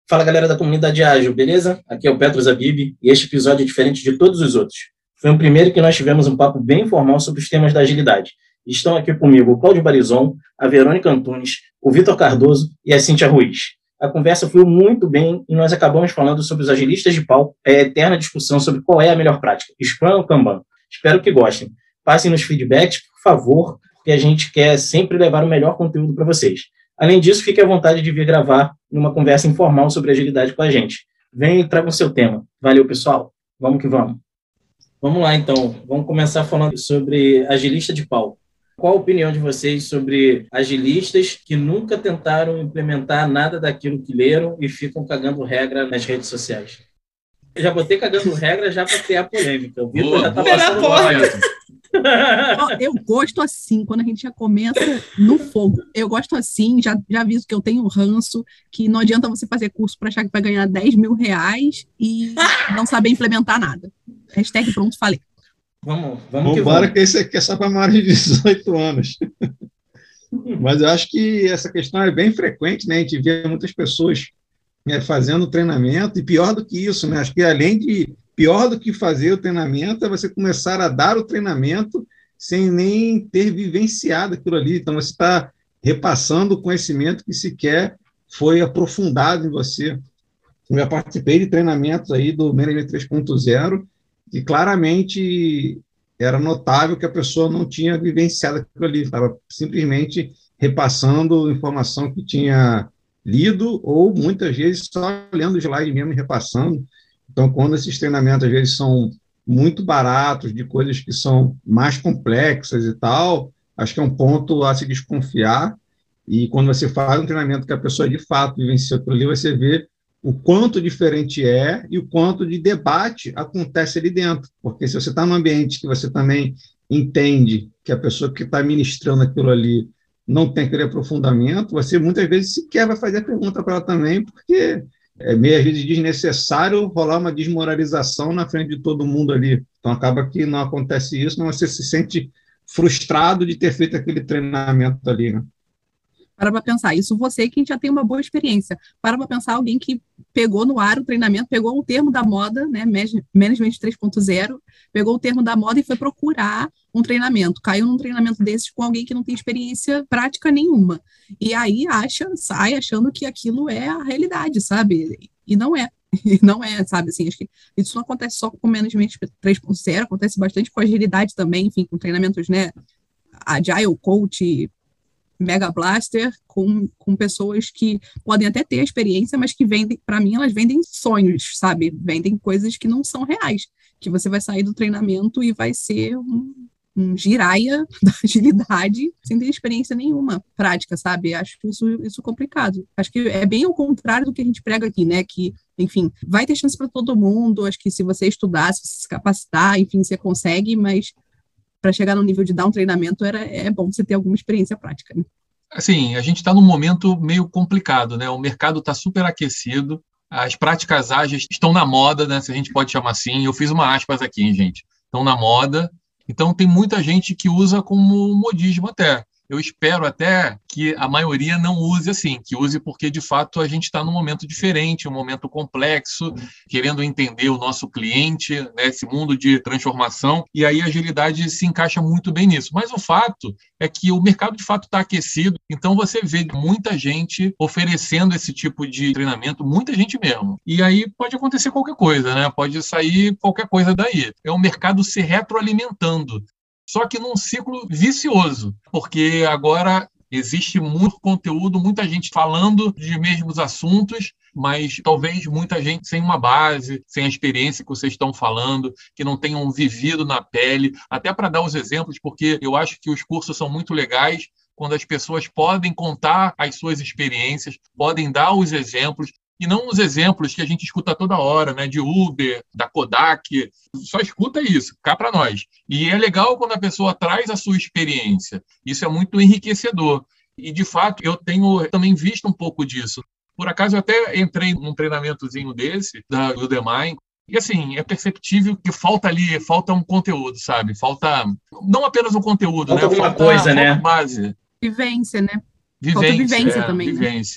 Fala galera da comunidade ágil, beleza? Aqui é o Petros Abib e este episódio é diferente de todos os outros. Foi o primeiro que nós tivemos um papo bem informal sobre os temas da agilidade. Estão aqui comigo o Cláudio Barizon, a Verônica Antunes, o Vitor Cardoso e a Cíntia Ruiz. A conversa flui muito bem e nós acabamos falando sobre os agilistas de palco, a eterna discussão sobre qual é a melhor prática, Scrum ou Kanban. Espero que gostem. Passem nos feedbacks, por favor, porque a gente quer sempre levar o melhor conteúdo para vocês. Além disso, fique à vontade de vir gravar numa conversa informal sobre agilidade com a gente. Venha e traga o seu tema. Valeu, pessoal. Vamos que vamos. Vamos lá, então. Vamos começar falando sobre agilista de palco. Qual a opinião de vocês sobre agilistas que nunca tentaram implementar nada daquilo que leram e ficam cagando regra nas redes sociais? Eu já botei cagando regra já para criar polêmica. O Vitor já está passando por eu gosto assim, quando a gente já começa no fogo. Eu gosto assim, já aviso que eu tenho ranço, que não adianta você fazer curso para achar que vai ganhar 10 mil reais e não saber implementar nada. Hashtag pronto, falei. Vamos que vamos. Que esse aqui é só para maiores de 18 anos. Mas eu acho que essa questão é bem frequente, né? A gente vê muitas pessoas fazendo treinamento, e pior do que isso, né? Acho que além de pior do que fazer o treinamento é você começar a dar o treinamento sem nem ter vivenciado aquilo ali. Então, você está repassando o conhecimento que sequer foi aprofundado em você. Eu já participei de treinamentos aí do Management 3.0 e claramente era notável que a pessoa não tinha vivenciado aquilo ali, estava simplesmente repassando informação que tinha lido ou, muitas vezes, só olhando o slide mesmo e repassando. Então, quando esses treinamentos, às vezes, são muito baratos, de coisas que são mais complexas e tal, acho que é um ponto a se desconfiar. E quando você faz um treinamento que a pessoa, de fato, vivenciou aquilo ali, você vê o quanto diferente é e o quanto de debate acontece ali dentro. Porque se você está num ambiente que você também entende que a pessoa que está ministrando aquilo ali não tem aquele aprofundamento, você, muitas vezes, sequer vai fazer a pergunta para ela também, porque é meio, às vezes, desnecessário rolar uma desmoralização na frente de todo mundo ali. Então, acaba que não acontece isso, mas você se sente frustrado de ter feito aquele treinamento ali, né? Para pensar, isso você que já tem uma boa experiência. Para pensar alguém que pegou no ar o treinamento, pegou o termo da moda, né, Management 3.0, pegou o termo da moda e foi procurar um treinamento. Caiu num treinamento desses com alguém que não tem experiência prática nenhuma. E aí sai achando que aquilo é a realidade, sabe? E não é. Não é, sabe, assim, acho que isso não acontece só com o Management 3.0, acontece bastante com agilidade também, enfim, com treinamentos, né, Agile Coach, Mega Blaster, com pessoas que podem até ter experiência, mas que vendem, para mim, elas vendem sonhos, sabe? Vendem coisas que não são reais, que você vai sair do treinamento e vai ser um giraia da agilidade sem ter experiência nenhuma prática, sabe? Acho isso complicado. Acho que é bem o contrário do que a gente prega aqui, né? Que, enfim, vai ter chance para todo mundo, acho que se você estudar, se você se capacitar, enfim, você consegue, mas para chegar no nível de dar um treinamento, é bom você ter alguma experiência prática, né? Assim, a gente está num momento meio complicado, né? O mercado está super aquecido, as práticas ágeis estão na moda, né? Se a gente pode chamar assim. Eu fiz uma aspas aqui, hein, gente? Estão na moda. Então, tem muita gente que usa como modismo até. Eu espero até que a maioria não use assim, que use porque, de fato, a gente está num momento diferente, um momento complexo, querendo entender o nosso cliente, né, esse mundo de transformação, e aí a agilidade se encaixa muito bem nisso. Mas o fato é que o mercado, de fato, está aquecido, então você vê muita gente oferecendo esse tipo de treinamento, muita gente mesmo. E aí pode acontecer qualquer coisa, né? Pode sair qualquer coisa daí. É o mercado se retroalimentando. Só que num ciclo vicioso, porque agora existe muito conteúdo, muita gente falando de mesmos assuntos, mas talvez muita gente sem uma base, sem a experiência que vocês estão falando, que não tenham vivido na pele, até para dar os exemplos, porque eu acho que os cursos são muito legais quando as pessoas podem contar as suas experiências, podem dar os exemplos, e não os exemplos que a gente escuta toda hora, né, de Uber, da Kodak, só escuta isso, cá para nós. E é legal quando a pessoa traz a sua experiência, isso é muito enriquecedor. E, de fato, eu tenho também visto um pouco disso. Por acaso, eu até entrei num treinamentozinho desse, da Udemy, e, assim, é perceptível que falta um conteúdo, sabe? Falta, não apenas um conteúdo, falta né? Falta base. Vivência, né? Falta vivência também, vivência. Né?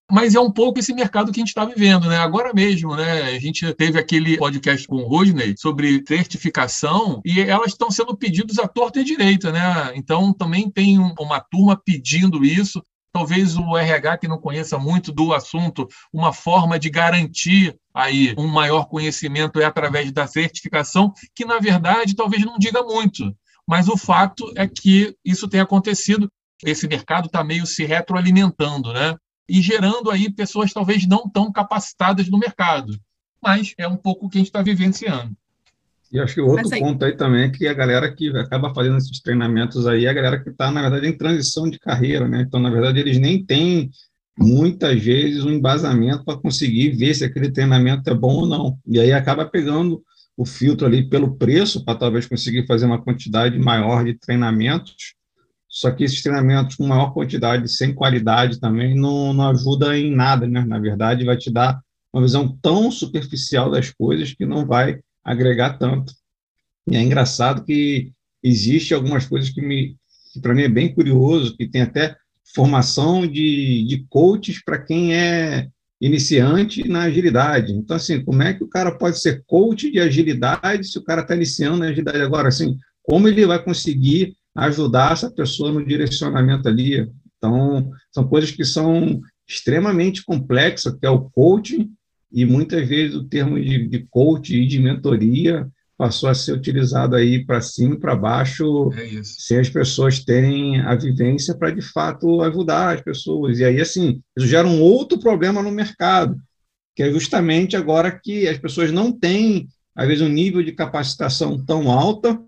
Mas é um pouco esse mercado que a gente está vivendo, né? Agora mesmo, né? A gente teve aquele podcast com o Rodney sobre certificação e elas estão sendo pedidas à torta e à direita, né? Então, também tem uma turma pedindo isso. Talvez o RH, que não conheça muito do assunto, uma forma de garantir aí um maior conhecimento é através da certificação, que, na verdade, talvez não diga muito. Mas o fato é que isso tem acontecido. Esse mercado está meio se retroalimentando, né? E gerando aí pessoas talvez não tão capacitadas no mercado. Mas é um pouco o que a gente está vivenciando. E acho que o outro ponto aí também é que a galera que acaba fazendo esses treinamentos aí é a galera que está, na verdade, em transição de carreira, né? Então, na verdade, eles nem têm, muitas vezes, um embasamento para conseguir ver se aquele treinamento é bom ou não. E aí acaba pegando o filtro ali pelo preço, para talvez conseguir fazer uma quantidade maior de treinamentos. Só que esses treinamentos com maior quantidade, sem qualidade também, não ajuda em nada, né? Na verdade, vai te dar uma visão tão superficial das coisas que não vai agregar tanto. E é engraçado que existe algumas coisas que para mim é bem curioso, que tem até formação de coaches para quem é iniciante na agilidade. Então, assim, como é que o cara pode ser coach de agilidade se o cara está iniciando na agilidade agora? Assim, como ele vai conseguir ajudar essa pessoa no direcionamento ali? Então, são coisas que são extremamente complexas, que é o coaching, e muitas vezes o termo de coach e de mentoria passou a ser utilizado aí para cima e para baixo, sem as pessoas terem a vivência para, de fato, ajudar as pessoas. E aí, assim, isso gera um outro problema no mercado, que é justamente agora que as pessoas não têm, às vezes, um nível de capacitação tão alta,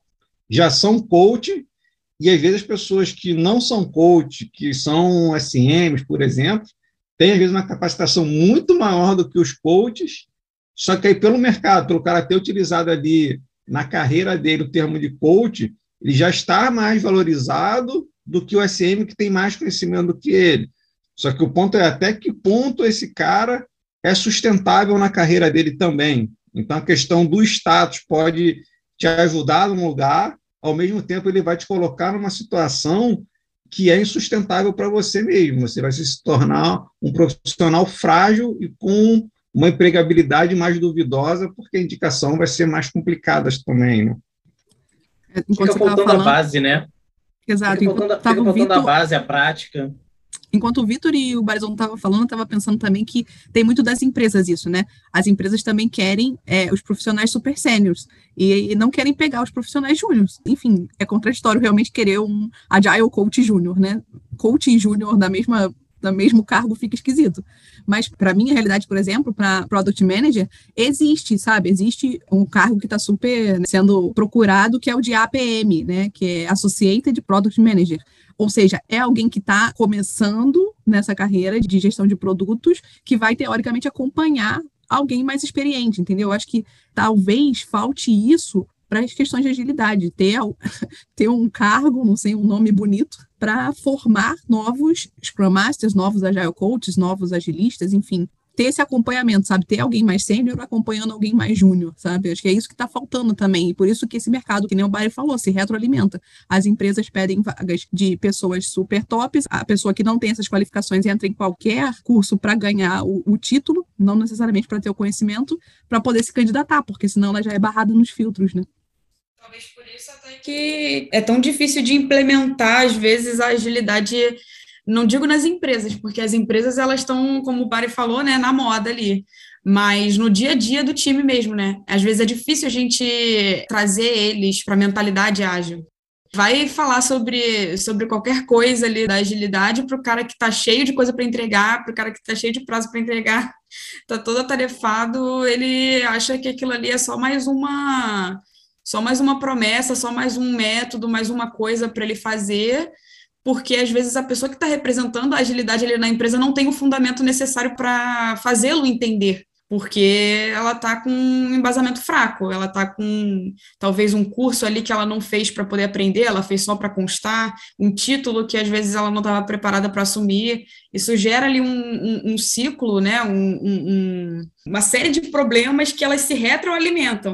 já são coach, e às vezes as pessoas que não são coach, que são SMs, por exemplo, têm às vezes uma capacitação muito maior do que os coaches, só que aí pelo mercado, pelo cara ter utilizado ali na carreira dele o termo de coach, ele já está mais valorizado do que o SM que tem mais conhecimento do que ele. Só que o ponto é até que ponto esse cara é sustentável na carreira dele também. Então a questão do status pode te ajudar num lugar, ao mesmo tempo ele vai te colocar numa situação que é insustentável para você mesmo. Você vai se tornar um profissional frágil e com uma empregabilidade mais duvidosa, porque a indicação vai ser mais complicada também, né? Fica faltando a base, né? Exato. Fica faltando a base, a prática. Enquanto o Vitor e o Barizon estavam falando, eu estava pensando também que tem muito das empresas isso, né? As empresas também querem os profissionais super sêniors e não querem pegar os profissionais júniors. Enfim, é contraditório realmente querer um Agile Coach Júnior, né? Coach e Júnior do mesmo cargo fica esquisito. Mas, para mim, a realidade, por exemplo, para Product Manager, existe, sabe? Existe um cargo que está super sendo procurado, que é o de APM, né? Que é Associated Product Manager. Ou seja, é alguém que está começando nessa carreira de gestão de produtos, que vai, teoricamente, acompanhar alguém mais experiente, entendeu? Eu acho que talvez falte isso para as questões de agilidade, ter um cargo, não sei, um nome bonito, para formar novos Scrum Masters, novos Agile Coaches, novos agilistas, enfim, ter esse acompanhamento, sabe? Ter alguém mais sênior acompanhando alguém mais júnior, sabe? Acho que é isso que está faltando também, e por isso que esse mercado, que nem o Barry falou, se retroalimenta. As empresas pedem vagas de pessoas super tops, a pessoa que não tem essas qualificações entra em qualquer curso para ganhar o título, não necessariamente para ter o conhecimento, para poder se candidatar, porque senão ela já é barrada nos filtros, né? Talvez por isso até que é tão difícil de implementar, às vezes, a agilidade, não digo nas empresas, porque as empresas, elas estão, como o Barry falou, né, na moda ali, mas no dia a dia do time mesmo, né? Às vezes é difícil a gente trazer eles para a mentalidade ágil. Vai falar sobre qualquer coisa ali da agilidade para o cara que está cheio de coisa para entregar, para o cara que está cheio de prazo para entregar, está todo atarefado, ele acha que aquilo ali é só mais uma promessa, só mais um método, mais uma coisa para ele fazer, porque às vezes a pessoa que está representando a agilidade ali na empresa não tem o fundamento necessário para fazê-lo entender, porque ela está com um embasamento fraco, ela está com talvez um curso ali que ela não fez para poder aprender, ela fez só para constar, um título que às vezes ela não estava preparada para assumir. Isso gera ali um ciclo, né? Uma série de problemas que elas se retroalimentam.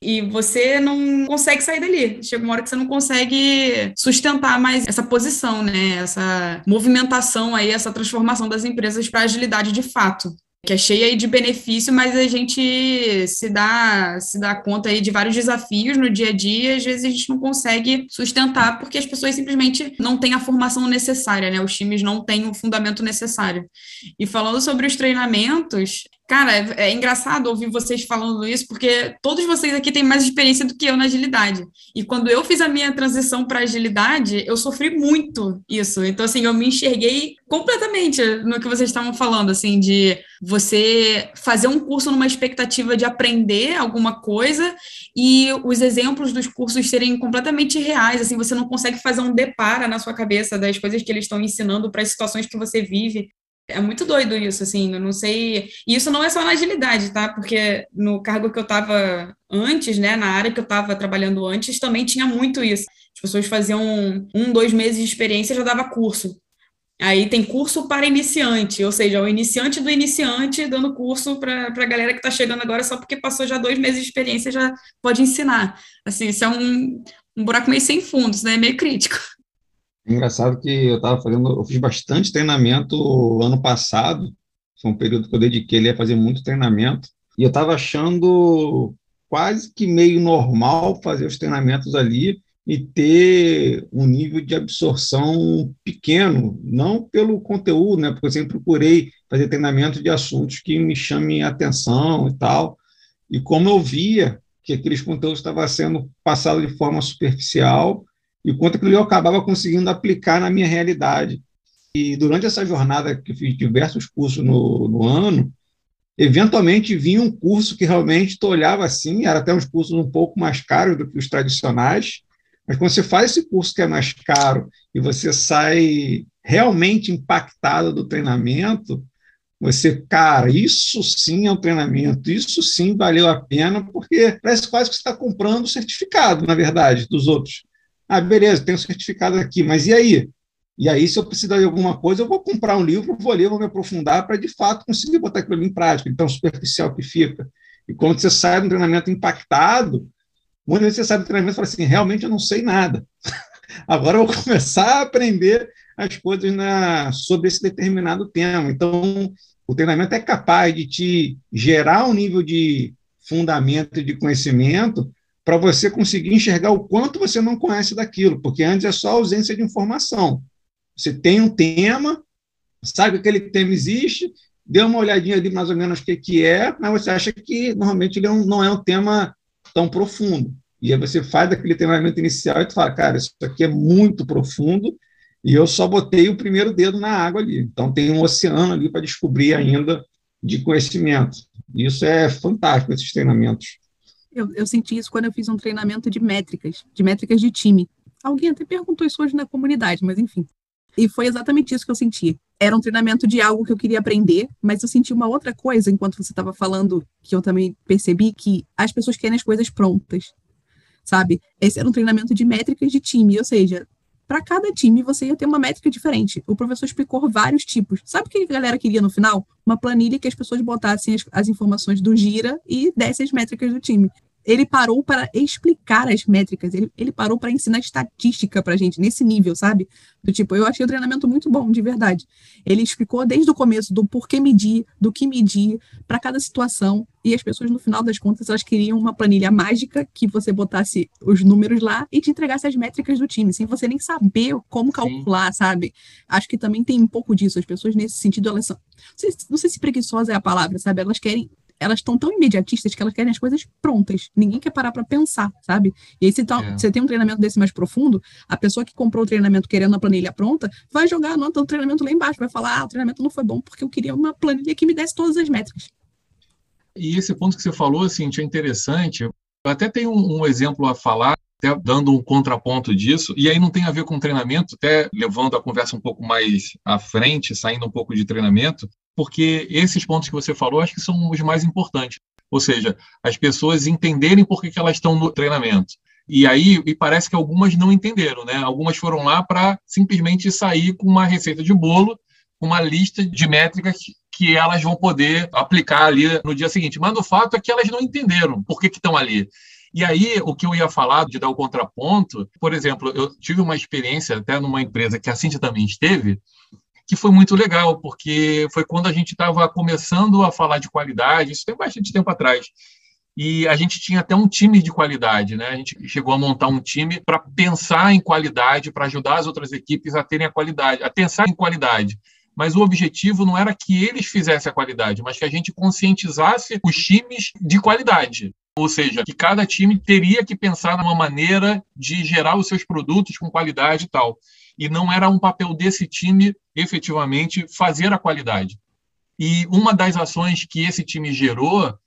e você não consegue sair dali. Chega uma hora que você não consegue sustentar mais essa posição, né? Essa movimentação aí, essa transformação das empresas para agilidade de fato, que é cheia aí de benefício, mas a gente se dá conta aí de vários desafios no dia a dia, e às vezes a gente não consegue sustentar porque as pessoas simplesmente não têm a formação necessária, né? Os times não têm o fundamento necessário. E falando sobre os treinamentos, cara, é engraçado ouvir vocês falando isso, porque todos vocês aqui têm mais experiência do que eu na agilidade. E quando eu fiz a minha transição para agilidade, eu sofri muito isso. Então, assim, eu me enxerguei completamente no que vocês estavam falando, assim, de você fazer um curso numa expectativa de aprender alguma coisa e os exemplos dos cursos serem completamente reais, assim, você não consegue fazer um depara na sua cabeça das coisas que eles estão ensinando para as situações que você vive. É muito doido isso, assim, eu não sei... E isso não é só na agilidade, tá? Porque no cargo que eu estava antes, né, na área que eu estava trabalhando antes, também tinha muito isso. As pessoas faziam 2 meses de experiência e já dava curso. Aí tem curso para iniciante, ou seja, o iniciante do iniciante dando curso para a galera que está chegando agora só porque passou já 2 meses de experiência já pode ensinar. Assim, isso é um buraco meio sem fundo, isso, né? É meio crítico. Engraçado que eu fiz bastante treinamento ano passado, foi um período que eu dediquei ali a fazer muito treinamento, e eu estava achando quase que meio normal fazer os treinamentos ali e ter um nível de absorção pequeno, não pelo conteúdo, né, porque eu sempre procurei fazer treinamento de assuntos que me chamem a atenção e tal, e como eu via que aqueles conteúdos estavam sendo passados de forma superficial, e quanto que eu acabava conseguindo aplicar na minha realidade. E durante essa jornada, que eu fiz diversos cursos no ano, eventualmente vinha um curso que realmente tu olhava assim, era até uns cursos um pouco mais caros do que os tradicionais, mas quando você faz esse curso que é mais caro e você sai realmente impactado do treinamento, você, cara, isso sim é um treinamento, isso sim valeu a pena, porque parece quase que você está comprando o certificado, na verdade, dos outros. Ah, beleza, tem um certificado aqui, mas e aí? E aí, se eu precisar de alguma coisa, eu vou comprar um livro, vou ler, vou me aprofundar para, de fato, conseguir botar aquilo ali em prática, então superficial que fica. E quando você sai de um treinamento impactado, muitas vezes você sai do treinamento e fala assim, realmente eu não sei nada. Agora eu vou começar a aprender as coisas sobre esse determinado tema. Então, o treinamento é capaz de te gerar um nível de fundamento e de conhecimento para você conseguir enxergar o quanto você não conhece daquilo, porque antes é só ausência de informação. Você tem um tema, sabe que aquele tema existe, deu uma olhadinha ali mais ou menos o que é, mas você acha que normalmente ele não é um tema tão profundo. E aí você faz aquele treinamento inicial e tu fala, cara, isso aqui é muito profundo e eu só botei o primeiro dedo na água ali. Então tem um oceano ali para descobrir ainda de conhecimento. Isso é fantástico, esses treinamentos. Eu senti isso quando eu fiz um treinamento de métricas de time. Alguém até perguntou isso hoje na comunidade, mas enfim. E foi exatamente isso que eu senti. Era um treinamento de algo que eu queria aprender, mas eu senti uma outra coisa, enquanto você estava falando, que eu também percebi, que as pessoas querem as coisas prontas, sabe? Esse era um treinamento de métricas de time, ou seja, para cada time você ia ter uma métrica diferente. O professor explicou vários tipos. Sabe o que a galera queria no final? Uma planilha que as pessoas botassem as informações do Gira e dessem as métricas do time. Ele parou para explicar as métricas, ele parou para ensinar estatística para a gente, nesse nível, sabe? Do tipo, eu achei o treinamento muito bom, de verdade. Ele explicou desde o começo do porquê medir, do que medir, para cada situação, e as pessoas, no final das contas, elas queriam uma planilha mágica que você botasse os números lá e te entregasse as métricas do time, sem você nem saber como calcular, sabe? Acho que também tem um pouco disso, as pessoas nesse sentido, elas são... Não sei se preguiçosa é a palavra, sabe? Elas estão tão imediatistas que elas querem as coisas prontas. Ninguém quer parar para pensar, sabe? E aí, se você tem um treinamento desse mais profundo, a pessoa que comprou o treinamento querendo a planilha pronta, vai jogar a nota do treinamento lá embaixo, vai falar, o treinamento não foi bom porque eu queria uma planilha que me desse todas as métricas. E esse ponto que você falou, Cíntia, é interessante. Eu até tenho um exemplo a falar, até dando um contraponto disso, e aí não tem a ver com treinamento, até levando a conversa um pouco mais à frente, saindo um pouco de treinamento, porque esses pontos que você falou, acho que são os mais importantes. Ou seja, as pessoas entenderem por que elas estão no treinamento. E aí, parece que algumas não entenderam, né? Algumas foram lá para simplesmente sair com uma receita de bolo, uma lista de métricas que elas vão poder aplicar ali no dia seguinte. Mas o fato é que elas não entenderam por que estão ali. E aí, o que eu ia falar, de dar o contraponto, por exemplo, eu tive uma experiência até numa empresa que a Cíntia também esteve, que foi muito legal, porque foi quando a gente estava começando a falar de qualidade, isso tem bastante tempo atrás, e a gente tinha até um time de qualidade, né? A gente chegou a montar um time para pensar em qualidade, para ajudar as outras equipes a terem a qualidade, a pensar em qualidade. Mas o objetivo não era que eles fizessem a qualidade, mas que a gente conscientizasse os times de qualidade. Ou seja, que cada time teria que pensar numa maneira de gerar os seus produtos com qualidade e tal. E não era um papel desse time, efetivamente, fazer a qualidade. E uma das ações que esse time gerou,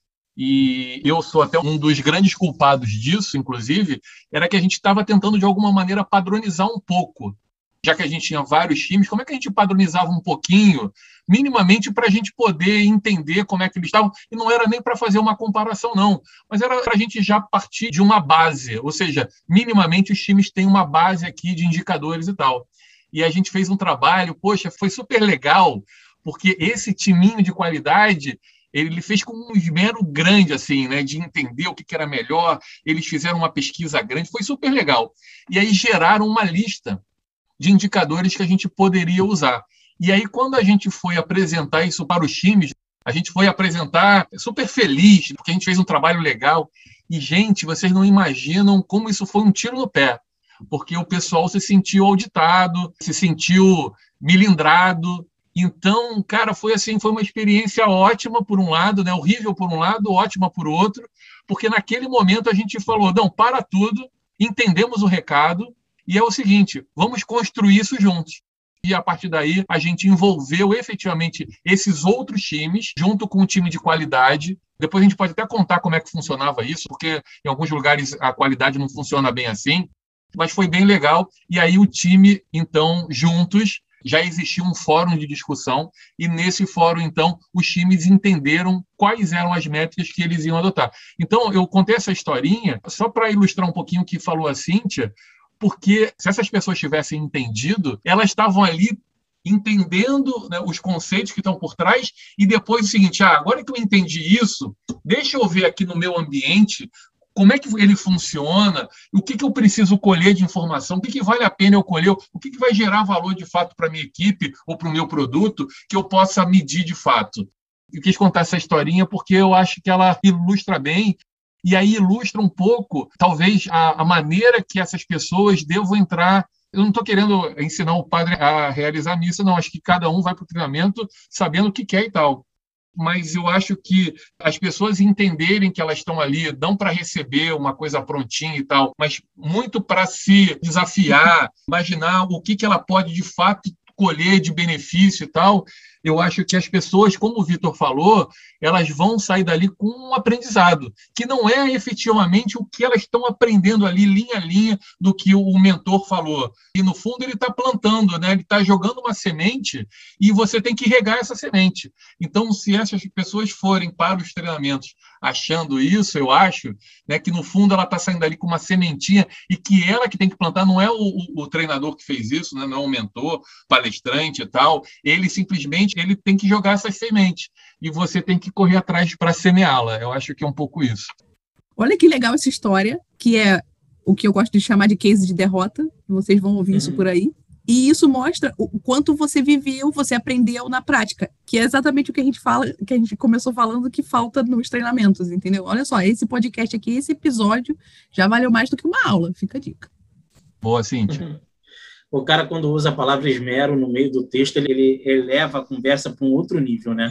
e eu sou até um dos grandes culpados disso, inclusive, era que a gente estava tentando, de alguma maneira, padronizar um pouco. Já que a gente tinha vários times, como é que a gente padronizava um pouquinho, minimamente, para a gente poder entender como é que eles estavam? E não era nem para fazer uma comparação, não, mas era para a gente já partir de uma base, ou seja, minimamente os times têm uma base aqui de indicadores e tal. E a gente fez um trabalho, poxa, foi super legal, porque esse timinho de qualidade, ele fez com um esmero grande, assim, né, de entender o que era melhor, eles fizeram uma pesquisa grande, foi super legal. E aí geraram uma lista de indicadores que a gente poderia usar. E aí, quando a gente foi apresentar isso para os times, a gente foi apresentar super feliz, porque a gente fez um trabalho legal. E, gente, vocês não imaginam como isso foi um tiro no pé, porque o pessoal se sentiu auditado, se sentiu milindrado. Então, cara, foi assim, foi uma experiência ótima por um lado, né? Horrível por um lado, ótima por outro, porque naquele momento a gente falou, não, para tudo, entendemos o recado, e é o seguinte, vamos construir isso juntos. E, a partir daí, a gente envolveu efetivamente esses outros times, junto com o time de qualidade. Depois a gente pode até contar como é que funcionava isso, porque em alguns lugares a qualidade não funciona bem assim, mas foi bem legal. E aí o time, então, juntos, já existia um fórum de discussão, e nesse fórum, então, os times entenderam quais eram as métricas que eles iam adotar. Então, eu contei essa historinha só para ilustrar um pouquinho o que falou a Cíntia, porque se essas pessoas tivessem entendido, elas estavam ali entendendo, né, os conceitos que estão por trás, e depois o seguinte, agora que eu entendi isso, deixa eu ver aqui no meu ambiente como é que ele funciona, o que eu preciso colher de informação, o que vale a pena eu colher, o que vai gerar valor de fato para a minha equipe ou para o meu produto, que eu possa medir de fato. Eu quis contar essa historinha porque eu acho que ela ilustra bem, e aí ilustra um pouco, talvez, a maneira que essas pessoas devam entrar. Eu não estou querendo ensinar o padre a realizar a missa, não. Acho que cada um vai para o treinamento sabendo o que quer e tal. Mas eu acho que as pessoas entenderem que elas estão ali, não para receber uma coisa prontinha e tal, mas muito para se desafiar, imaginar o que ela pode, de fato, colher de benefício e tal. Eu acho que as pessoas, como o Vitor falou, elas vão sair dali com um aprendizado, que não é efetivamente o que elas estão aprendendo ali, linha a linha, do que o mentor falou. E, no fundo, ele está plantando, né? Ele está jogando uma semente e você tem que regar essa semente. Então, se essas pessoas forem para os treinamentos achando isso, eu acho, né, que, no fundo, ela está saindo dali com uma sementinha e que ela que tem que plantar, não é o treinador que fez isso, né? Não é o mentor, palestrante e tal. Ele simplesmente ele tem que jogar essas sementes e você tem que correr atrás para semeá-la. Eu acho que é um pouco isso. Olha que legal essa história, que é o que eu gosto de chamar de case de derrota. Vocês vão ouvir isso por aí. E isso mostra o quanto você viveu, você aprendeu na prática, que é exatamente o que a gente fala, que a gente começou falando que falta nos treinamentos, entendeu? Olha só, esse podcast aqui, esse episódio já valeu mais do que uma aula, fica a dica. Boa, Cíntia. O cara, quando usa a palavra esmero no meio do texto, ele eleva a conversa para um outro nível, né?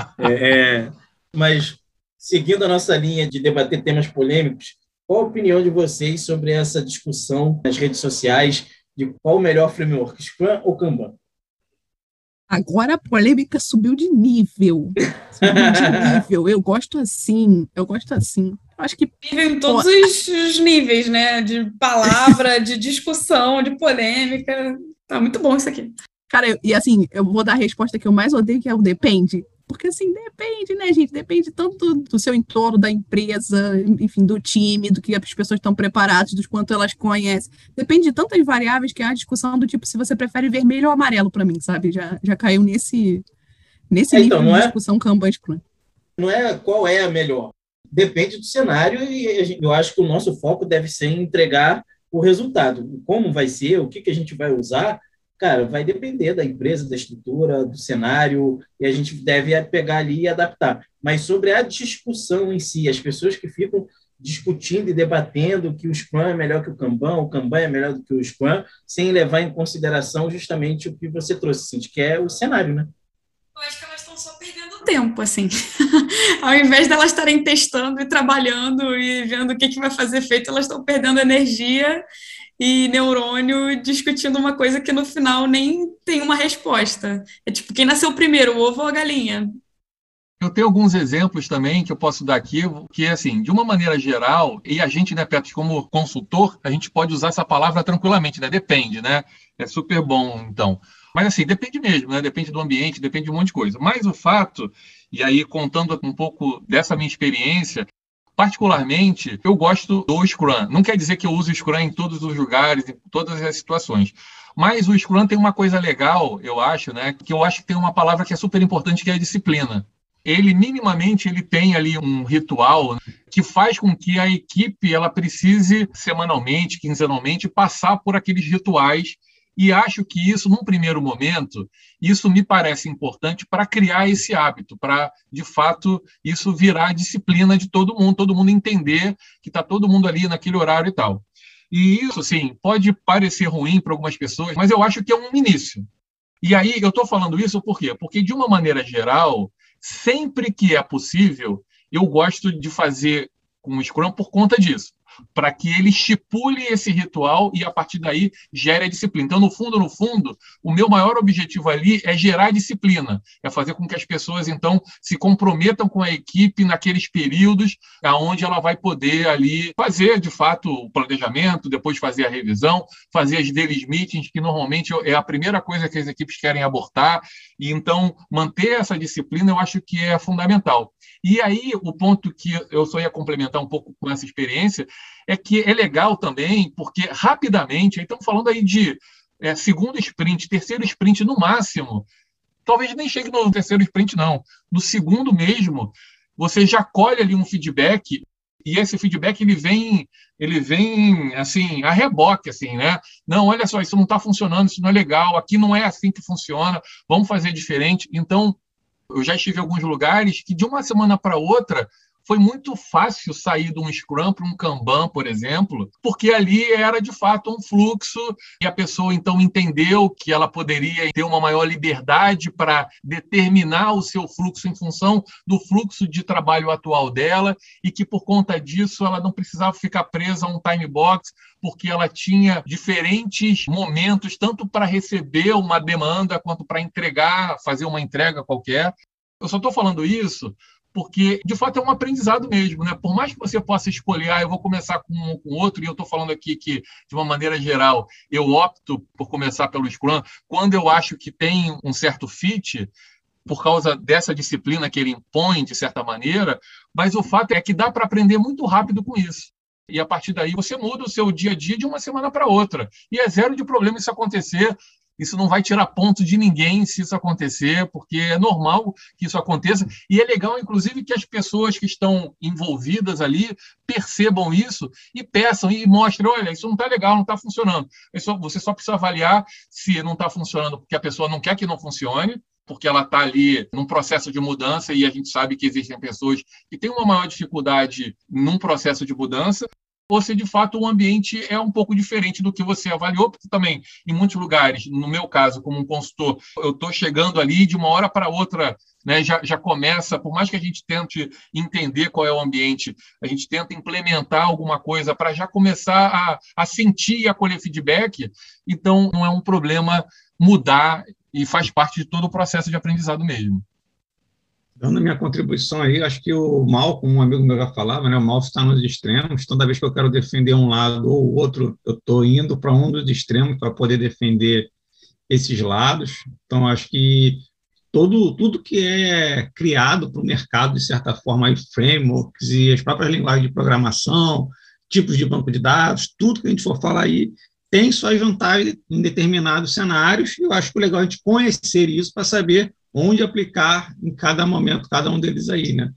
Mas, seguindo a nossa linha de debater temas polêmicos, qual a opinião de vocês sobre essa discussão nas redes sociais de qual o melhor framework, Scrum ou Kanban? Agora a polêmica subiu de nível. Eu gosto assim. Acho que nível em todos os níveis, né? De palavra, de discussão, de polêmica. Tá muito bom isso aqui. Cara, e assim, eu vou dar a resposta que eu mais odeio, que é o depende. Porque assim, depende, né, gente? Depende tanto do seu entorno, da empresa, enfim, do time, do que as pessoas estão preparadas, do quanto elas conhecem. Depende de tantas variáveis que é a discussão do tipo, se você prefere vermelho ou amarelo para mim, sabe? Já caiu nesse nível de discussão Kanban Scrum. Não é qual é a melhor. depende do cenário e eu acho que o nosso foco deve ser em entregar o resultado. Como vai ser, o que a gente vai usar, cara, vai depender da empresa, da estrutura, do cenário, e a gente deve pegar ali e adaptar. Mas sobre a discussão em si, as pessoas que ficam discutindo e debatendo que o Scrum é melhor que o Kanban é melhor do que o Scrum, sem levar em consideração justamente o que você trouxe, Cintia, que é o cenário, né? Eu acho que elas estão só perdendo tempo, assim. Ao invés de elas estarem testando e trabalhando e vendo o que vai fazer efeito, elas estão perdendo energia e neurônio discutindo uma coisa que no final nem tem uma resposta. É tipo, quem nasceu primeiro, o ovo ou a galinha? Eu tenho alguns exemplos também que eu posso dar aqui, que assim, de uma maneira geral, e a gente, né, Petros, como consultor, a gente pode usar essa palavra tranquilamente, né? Depende, né? É super bom, então. Mas assim, depende mesmo, né? Depende do ambiente, depende de um monte de coisa. Mas o fato, e aí contando um pouco dessa minha experiência, particularmente, eu gosto do Scrum. Não quer dizer que eu uso o Scrum em todos os lugares, em todas as situações. Mas o Scrum tem uma coisa legal, eu acho, né? Que eu acho que tem uma palavra que é super importante, que é a disciplina. Ele, minimamente, ele tem ali um ritual que faz com que a equipe ela precise, semanalmente, quinzenalmente, passar por aqueles rituais. E acho que isso, num primeiro momento, isso me parece importante para criar esse hábito, para, de fato, isso virar disciplina de todo mundo entender que está todo mundo ali naquele horário e tal. E isso, sim, pode parecer ruim para algumas pessoas, mas eu acho que é um início. E aí, eu estou falando isso por quê? Porque, de uma maneira geral, sempre que é possível, eu gosto de fazer com o Scrum por conta disso, para que ele estipule esse ritual e, a partir daí, gere a disciplina. Então, no fundo, o meu maior objetivo ali é gerar disciplina, é fazer com que as pessoas, então, se comprometam com a equipe naqueles períodos onde ela vai poder ali fazer, de fato, o planejamento, depois fazer a revisão, fazer as daily meetings, que normalmente é a primeira coisa que as equipes querem abordar, e então, manter essa disciplina eu acho que é fundamental. E aí, o ponto que eu só ia complementar um pouco com essa experiência é que é legal também, porque rapidamente, aí estamos falando aí de segundo sprint, terceiro sprint no máximo, talvez nem chegue no terceiro sprint, não. No segundo mesmo, você já colhe ali um feedback, e esse feedback ele vem assim, a reboque, assim, né? Não, olha só, isso não está funcionando, isso não é legal, aqui não é assim que funciona, vamos fazer diferente. Então, eu já estive em alguns lugares que de uma semana para outra foi muito fácil sair de um Scrum para um Kanban, por exemplo, porque ali era, de fato, um fluxo e a pessoa, então, entendeu que ela poderia ter uma maior liberdade para determinar o seu fluxo em função do fluxo de trabalho atual dela e que, por conta disso, ela não precisava ficar presa a um time box, porque ela tinha diferentes momentos, tanto para receber uma demanda quanto para entregar, fazer uma entrega qualquer. Eu só estou falando isso porque, de fato, é um aprendizado mesmo, né? Por mais que você possa escolher, eu vou começar com um ou com outro, e eu estou falando aqui que, de uma maneira geral, eu opto por começar pelo Scrum, quando eu acho que tem um certo fit, por causa dessa disciplina que ele impõe, de certa maneira, mas o fato é que dá para aprender muito rápido com isso. E, a partir daí, você muda o seu dia a dia de uma semana para outra. E é zero de problema isso acontecer. Isso não vai tirar ponto de ninguém se isso acontecer, porque é normal que isso aconteça. E é legal, inclusive, que as pessoas que estão envolvidas ali percebam isso e peçam e mostrem, olha, isso não está legal, não está funcionando. Você só precisa avaliar se não está funcionando porque a pessoa não quer que não funcione, porque ela está ali num processo de mudança e a gente sabe que existem pessoas que têm uma maior dificuldade num processo de mudança, ou se de fato o ambiente é um pouco diferente do que você avaliou, porque também, em muitos lugares, no meu caso, como um consultor, eu estou chegando ali de uma hora para outra, né, já começa, por mais que a gente tente entender qual é o ambiente, a gente tenta implementar alguma coisa para já começar a sentir e a colher feedback, então não é um problema mudar e faz parte de todo o processo de aprendizado mesmo. Dando a minha contribuição aí, acho que o Malcolm, um amigo meu já falava, né, o Malcolm está nos extremos, toda vez que eu quero defender um lado ou o outro, eu estou indo para um dos extremos para poder defender esses lados. Então, acho que tudo que é criado para o mercado, de certa forma, aí, frameworks e as próprias linguagens de programação, tipos de banco de dados, tudo que a gente for falar aí, tem suas vantagens em determinados cenários, e eu acho que é legal a gente conhecer isso para saber onde aplicar em cada momento, cada um deles aí, né?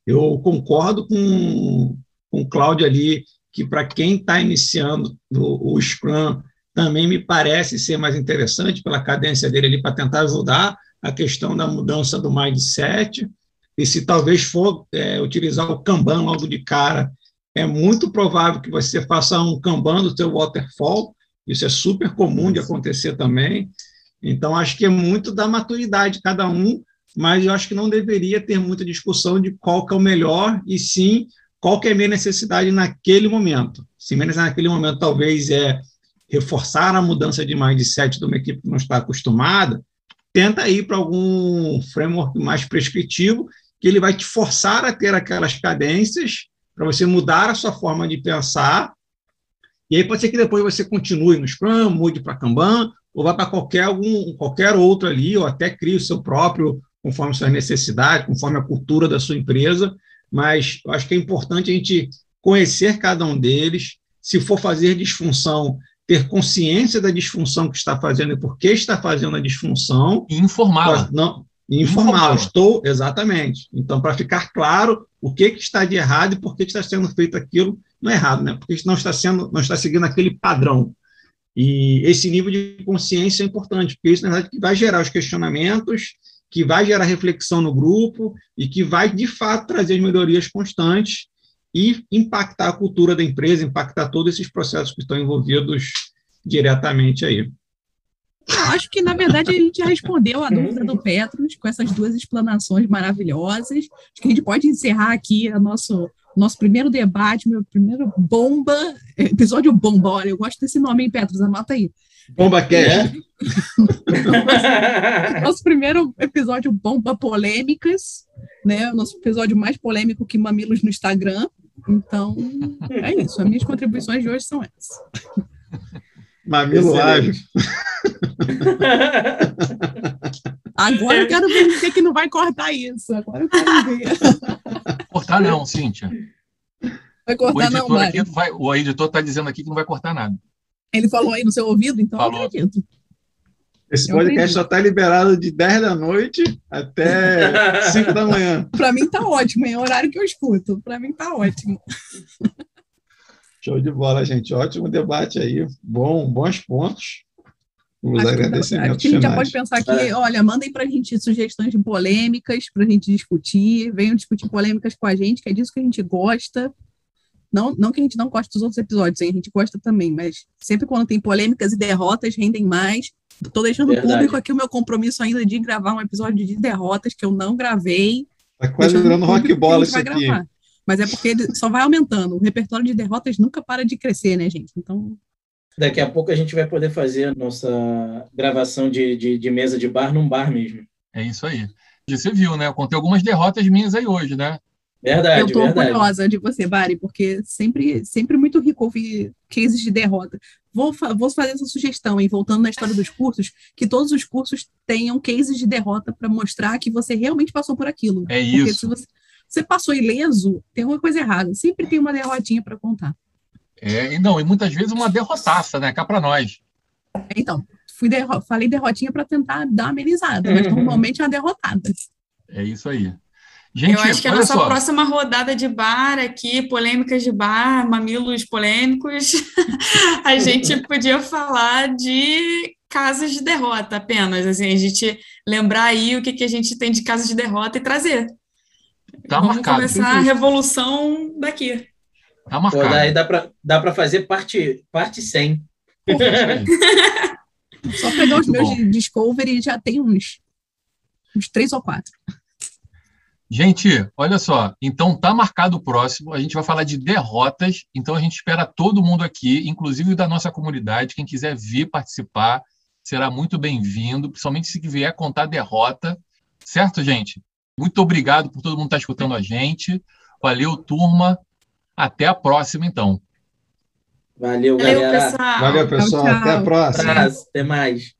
Eu concordo com o Cláudio ali, que para quem está iniciando o Scrum, também me parece ser mais interessante pela cadência dele ali, para tentar ajudar a questão da mudança do mindset. E se talvez for utilizar o Kanban logo de cara, é muito provável que você faça um Kanban do seu waterfall. Isso é super comum de acontecer também. Então, acho que é muito da maturidade de cada um, mas eu acho que não deveria ter muita discussão de qual que é o melhor, e sim qual que é a minha necessidade naquele momento. Se minha necessidade naquele momento talvez é reforçar a mudança de mindset de uma equipe que não está acostumada, tenta ir para algum framework mais prescritivo, que ele vai te forçar a ter aquelas cadências para você mudar a sua forma de pensar, e aí pode ser que depois você continue no Scrum, mude para Kanban, ou vá para qualquer outro ali, ou até crie o seu próprio, conforme suas necessidades, conforme a cultura da sua empresa, mas eu acho que é importante a gente conhecer cada um deles, se for fazer disfunção, ter consciência da disfunção que está fazendo e por que está fazendo a disfunção. E informá-la. Informá-la, exatamente. Então, para ficar claro o que está de errado e por que está sendo feito aquilo, não é errado, né? Porque não está seguindo aquele padrão. E esse nível de consciência é importante, porque isso, na verdade, que vai gerar os questionamentos, que vai gerar reflexão no grupo e que vai, de fato, trazer melhorias constantes e impactar a cultura da empresa, impactar todos esses processos que estão envolvidos diretamente aí. Eu acho que, na verdade, a gente já respondeu a dúvida do Petros com essas duas explanações maravilhosas. Acho que a gente pode encerrar aqui o nosso primeiro debate, meu primeiro episódio bomba. Olha, eu gosto desse nome, hein, Petros? Anota aí. Bomba Cast. Nosso primeiro episódio bomba polêmicas, né? O nosso episódio mais polêmico que mamilos no Instagram. Então, é isso. As minhas contribuições de hoje são essas. Mamilo ágil. Agora eu quero ver dizer que não vai cortar isso. Agora eu quero ver. Cortar não, Cíntia. Vai cortar não, Mário. O editor está dizendo aqui que não vai cortar nada. Ele falou aí no seu ouvido, então falou. Eu acredito. Esse podcast só está liberado de 10 da noite até 5 da manhã. Para mim tá ótimo, é o horário que eu escuto. Para mim tá ótimo. Show de bola, gente. Ótimo debate aí. Bons pontos. Os agradecimentos a gente já pode pensar aqui, olha, mandem para a gente sugestões de polêmicas para a gente discutir, venham discutir polêmicas com a gente, que é disso que a gente gosta. Não que a gente não goste dos outros episódios, hein? A gente gosta também, mas sempre quando tem polêmicas e derrotas, rendem mais. Estou deixando público aqui o meu compromisso ainda de gravar um episódio de derrotas que eu não gravei. Está quase virando rock bola isso aqui. Gravar. Mas é porque ele só vai aumentando. O repertório de derrotas nunca para de crescer, né, gente? Então... Daqui a pouco a gente vai poder fazer a nossa gravação de mesa de bar num bar mesmo. É isso aí. Você viu, né? Eu contei algumas derrotas minhas aí hoje, né? Verdade, eu estou orgulhosa de você, Bari, porque sempre muito rico ouvir cases de derrota. Vou fazer essa sugestão, hein, voltando na história dos cursos, que todos os cursos tenham cases de derrota para mostrar que você realmente passou por aquilo. É porque isso. Se você passou ileso, tem uma coisa errada. Sempre tem uma derrotinha para contar. E muitas vezes uma derrotaça, né? Cá para nós. Então, falei derrotinha para tentar dar uma amenizada, mas normalmente é uma derrotada. É isso aí. Gente, eu acho que a nossa próxima rodada de bar aqui, polêmicas de bar, mamilos polêmicos, a gente podia falar de casos de derrota apenas, assim, a gente lembrar aí o que a gente tem de casos de derrota e trazer. Vamos marcado. Começar a revolução daqui. Tá marcado. Pô, daí dá para fazer parte 100. Só pegar os meus de Discovery já tem uns 3 ou 4. Gente, olha só, então tá marcado o próximo, a gente vai falar de derrotas, então a gente espera todo mundo aqui, inclusive da nossa comunidade, quem quiser vir participar, será muito bem-vindo, principalmente se vier contar derrota, certo, gente? Muito obrigado por todo mundo estar escutando a gente, valeu, turma, até a próxima, então. Valeu, galera. Valeu, pessoal, tchau. até a próxima. Até mais.